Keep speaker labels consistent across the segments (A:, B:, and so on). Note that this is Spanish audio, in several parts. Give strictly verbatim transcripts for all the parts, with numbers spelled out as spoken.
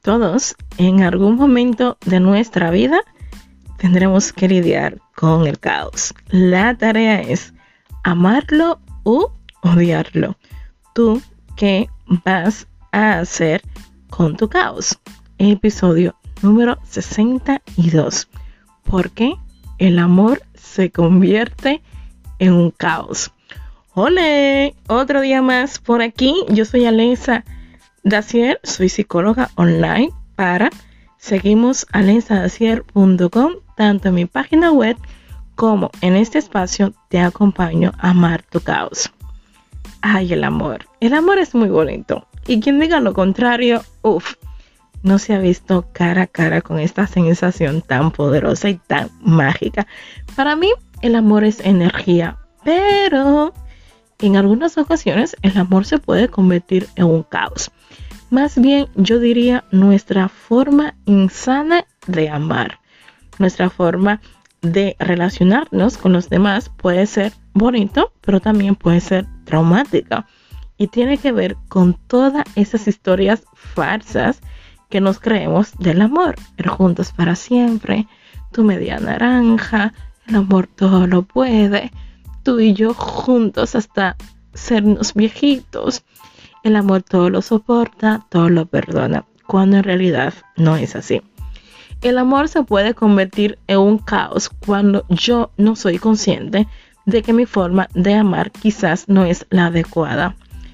A: Todos en algún momento de nuestra vida tendremos que lidiar con el caos. La tarea es amarlo u odiarlo. ¿Tú qué vas a hacer con tu caos? Episodio número sesenta y dos. ¿Por qué el amor se convierte en un caos? ¡Ole! Otro día más por aquí. Yo soy Alenza Dacier, soy psicóloga online para seguimos alenza dacier punto com, tanto en mi página web como en este espacio te acompaño a amar tu caos. Ay, el amor. El amor es muy bonito. Y quien diga lo contrario, uff, no se ha visto cara a cara con esta sensación tan poderosa y tan mágica. Para mí, el amor es energía, pero en algunas ocasiones el amor se puede convertir en un caos. Más bien, yo diría nuestra forma insana de amar. Nuestra forma de relacionarnos con los demás puede ser bonito, pero también puede ser traumática. Y tiene que ver con todas esas historias falsas que nos creemos del amor. El juntos para siempre, tu media naranja, el amor todo lo puede, tú y yo juntos hasta sernos viejitos. El amor todo lo soporta, todo lo perdona, cuando en realidad no es así. El amor se puede convertir en un caos cuando yo no soy consciente de que mi forma de amar quizás no es la adecuada.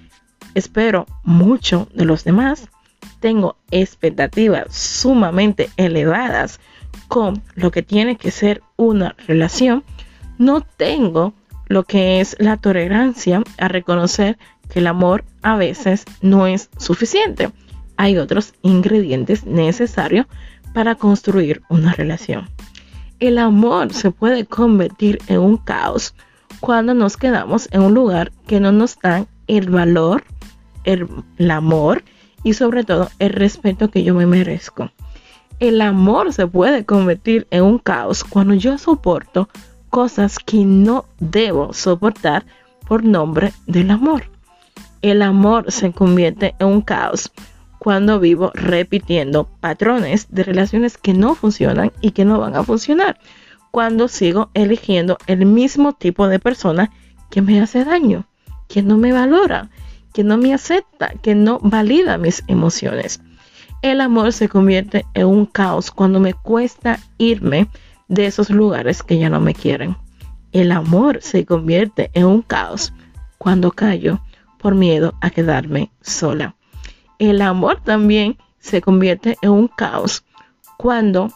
A: Espero mucho de los demás, tengo expectativas sumamente elevadas con lo que tiene que ser una relación, no tengo lo que es la tolerancia a reconocer que el amor a veces no es suficiente. Hay otros ingredientes necesarios para construir una relación. El amor se puede convertir en un caos cuando nos quedamos en un lugar que no nos dan el valor, el, el amor y sobre todo el respeto que yo me merezco. El amor se puede convertir en un caos cuando yo soporto cosas que no debo soportar por nombre del amor. El amor se convierte en un caos cuando vivo repitiendo patrones de relaciones que no funcionan y que no van a funcionar. Cuando sigo eligiendo el mismo tipo de persona que me hace daño, que no me valora, que no me acepta, que no valida mis emociones. El amor se convierte en un caos cuando me cuesta irme de esos lugares que ya no me quieren. El amor se convierte en un caos cuando callo por miedo a quedarme sola. El amor también se convierte en un caos cuando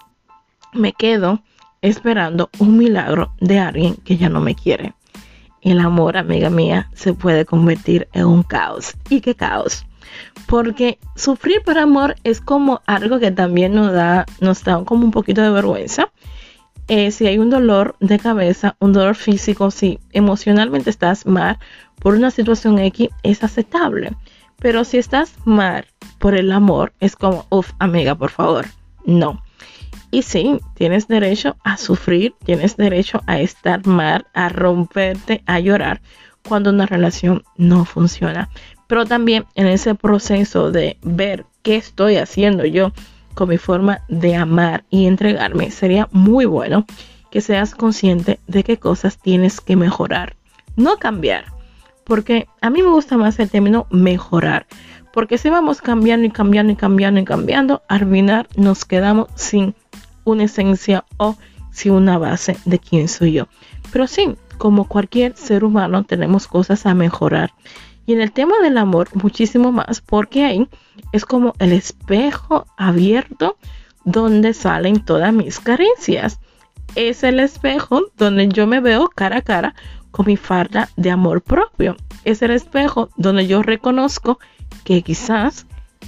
A: me quedo esperando un milagro de alguien que ya no me quiere. El amor, amiga mía, se puede convertir en un caos. ¿Y qué caos? Porque sufrir por amor es como algo que también nos da, nos da como un poquito de vergüenza. Eh, si hay un dolor de cabeza, un dolor físico, si emocionalmente estás mal por una situación X, es aceptable. Pero si estás mal por el amor, es como, uff, amiga, por favor, no. Y sí, tienes derecho a sufrir, tienes derecho a estar mal, a romperte, a llorar cuando una relación no funciona. Pero también en ese proceso de ver qué estoy haciendo yo con mi forma de amar y entregarme, sería muy bueno que seas consciente de qué cosas tienes que mejorar, no cambiar, porque a mí me gusta más el término mejorar, porque si vamos cambiando y cambiando y cambiando y cambiando, al final nos quedamos sin una esencia o sin una base de quién soy yo. Pero sí, como cualquier ser humano tenemos cosas a mejorar. Y en el tema del amor, muchísimo más, porque ahí es como el espejo abierto donde salen todas mis carencias. Es el espejo donde yo me veo cara a cara con mi falta de amor propio. Es el espejo donde yo reconozco que quizás,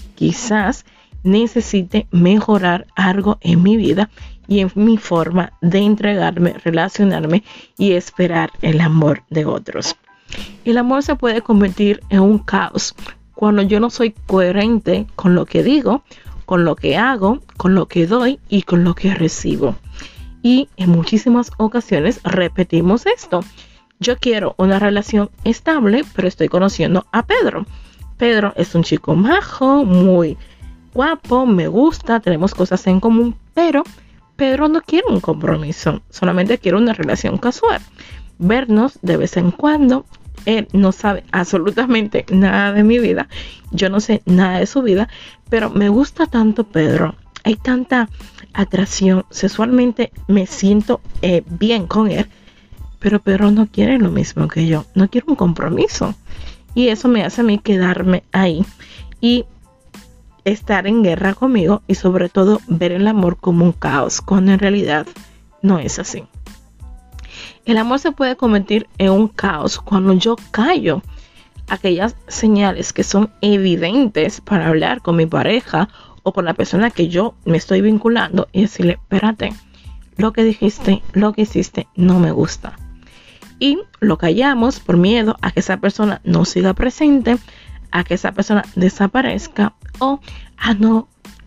A: quizás necesite mejorar algo en mi vida y en mi forma de entregarme, relacionarme y esperar el amor de otros. El amor se puede convertir en un caos cuando yo no soy coherente con lo que digo, con lo que hago, con lo que doy y con lo que recibo. Y en muchísimas ocasiones repetimos esto. Yo quiero una relación estable, pero estoy conociendo a Pedro. Pedro es un chico majo, muy guapo, me gusta, tenemos cosas en común, pero Pedro no quiere un compromiso, solamente quiere una relación casual, vernos de vez en cuando. Él no sabe absolutamente nada de mi vida, yo no sé nada de su vida, pero me gusta tanto Pedro, hay tanta atracción, sexualmente me siento eh, bien con él, pero Pedro no quiere lo mismo que yo, no quiere un compromiso, y eso me hace a mí quedarme ahí y estar en guerra conmigo, y sobre todo ver el amor como un caos, cuando en realidad no es así. El amor se puede convertir en un caos cuando yo callo aquellas señales que son evidentes para hablar con mi pareja o con la persona que yo me estoy vinculando y decirle, espérate, lo que dijiste, lo que hiciste no me gusta. Y lo callamos por miedo a que esa persona no siga presente, a que esa persona desaparezca o a no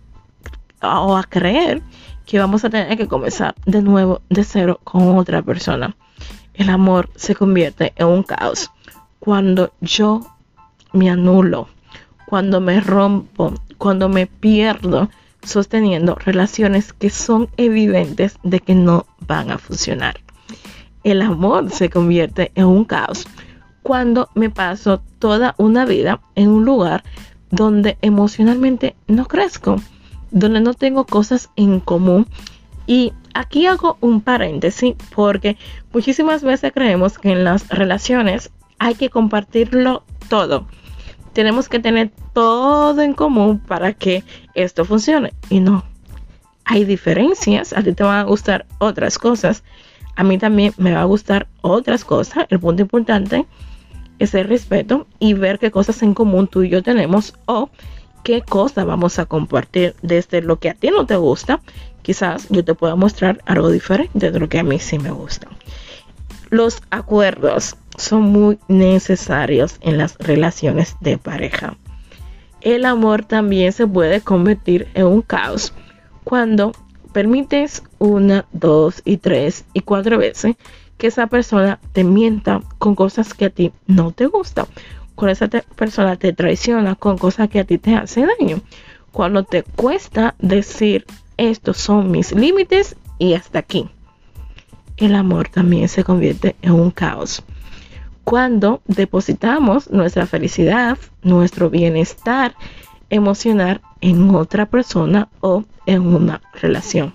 A: o a creer que vamos a tener que comenzar de nuevo de cero con otra persona. El amor se convierte en un caos cuando yo me anulo, cuando me rompo, cuando me pierdo sosteniendo relaciones que son evidentes de que no van a funcionar. El amor se convierte en un caos cuando me paso toda una vida en un lugar donde emocionalmente no crezco, donde no tengo cosas en común. Y aquí hago un paréntesis porque muchísimas veces creemos que en las relaciones hay que compartirlo todo. Tenemos que tener todo en común para que esto funcione. Y no, hay diferencias. A ti te van a gustar otras cosas, a mí también me va a gustar otras cosas. El punto importante es el respeto y ver qué cosas en común tú y yo tenemos, o qué cosas vamos a compartir. Desde lo que a ti no te gusta, quizás yo te pueda mostrar algo diferente de lo que a mí sí me gusta. Los acuerdos son muy necesarios en las relaciones de pareja. El amor también se puede convertir en un caos cuando permites una, dos y tres y cuatro veces que esa persona te mienta con cosas que a ti no te gustan. Cuando esa te, persona te traiciona con cosas que a ti te hacen daño. Cuando te cuesta decir, estos son mis límites y hasta aquí. El amor también se convierte en un caos cuando depositamos nuestra felicidad, nuestro bienestar emocional en otra persona o en una relación.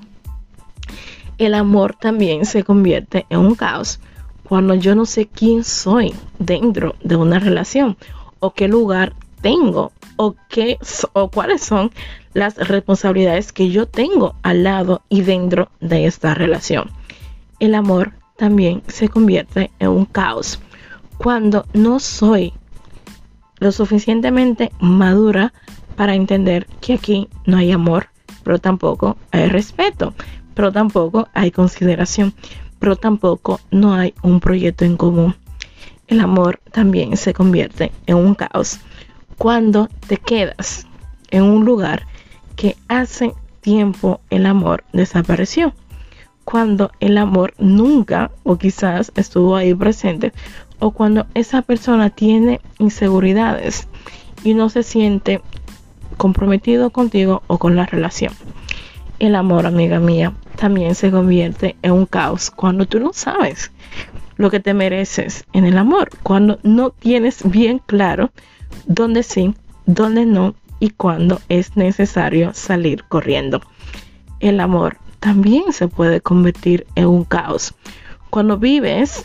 A: El amor también se convierte en un caos cuando yo no sé quién soy dentro de una relación, o qué lugar tengo, o qué o cuáles son las responsabilidades que yo tengo al lado y dentro de esta relación. El amor también se convierte en un caos cuando no soy lo suficientemente madura para entender que aquí no hay amor, pero tampoco hay respeto, pero tampoco hay consideración, pero tampoco no hay un proyecto en común. El amor también se convierte en un caos cuando te quedas en un lugar que hace tiempo el amor desapareció, cuando el amor nunca o quizás estuvo ahí presente, o cuando esa persona tiene inseguridades y no se siente comprometido contigo o con la relación. El amor, amiga mía, también se convierte en un caos cuando tú no sabes lo que te mereces en el amor, cuando no tienes bien claro dónde sí, dónde no y cuándo es necesario salir corriendo. El amor también se puede convertir en un caos cuando vives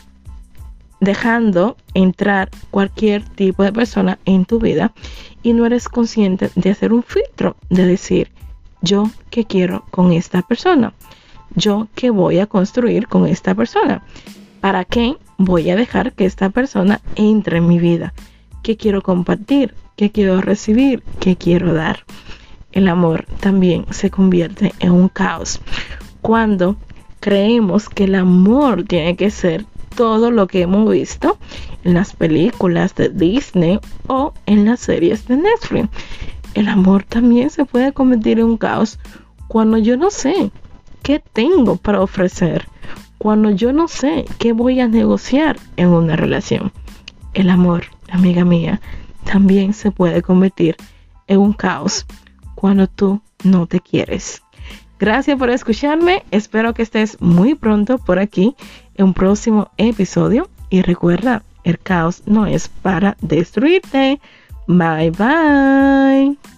A: dejando entrar cualquier tipo de persona en tu vida y no eres consciente de hacer un filtro, de decir, yo qué quiero con esta persona, yo qué voy a construir con esta persona, para qué voy a dejar que esta persona entre en mi vida, qué quiero compartir, qué quiero recibir, qué quiero dar. El amor también se convierte en un caos cuando creemos que el amor tiene que ser todo lo que hemos visto en las películas de Disney o en las series de Netflix. El amor también se puede convertir en un caos cuando yo no sé qué tengo para ofrecer, cuando yo no sé qué voy a negociar en una relación. El amor, amiga mía, también se puede convertir en un caos cuando tú no te quieres. Gracias por escucharme. Espero que estés muy pronto por aquí en un próximo episodio. Y recuerda, el caos no es para destruirte. Bye bye.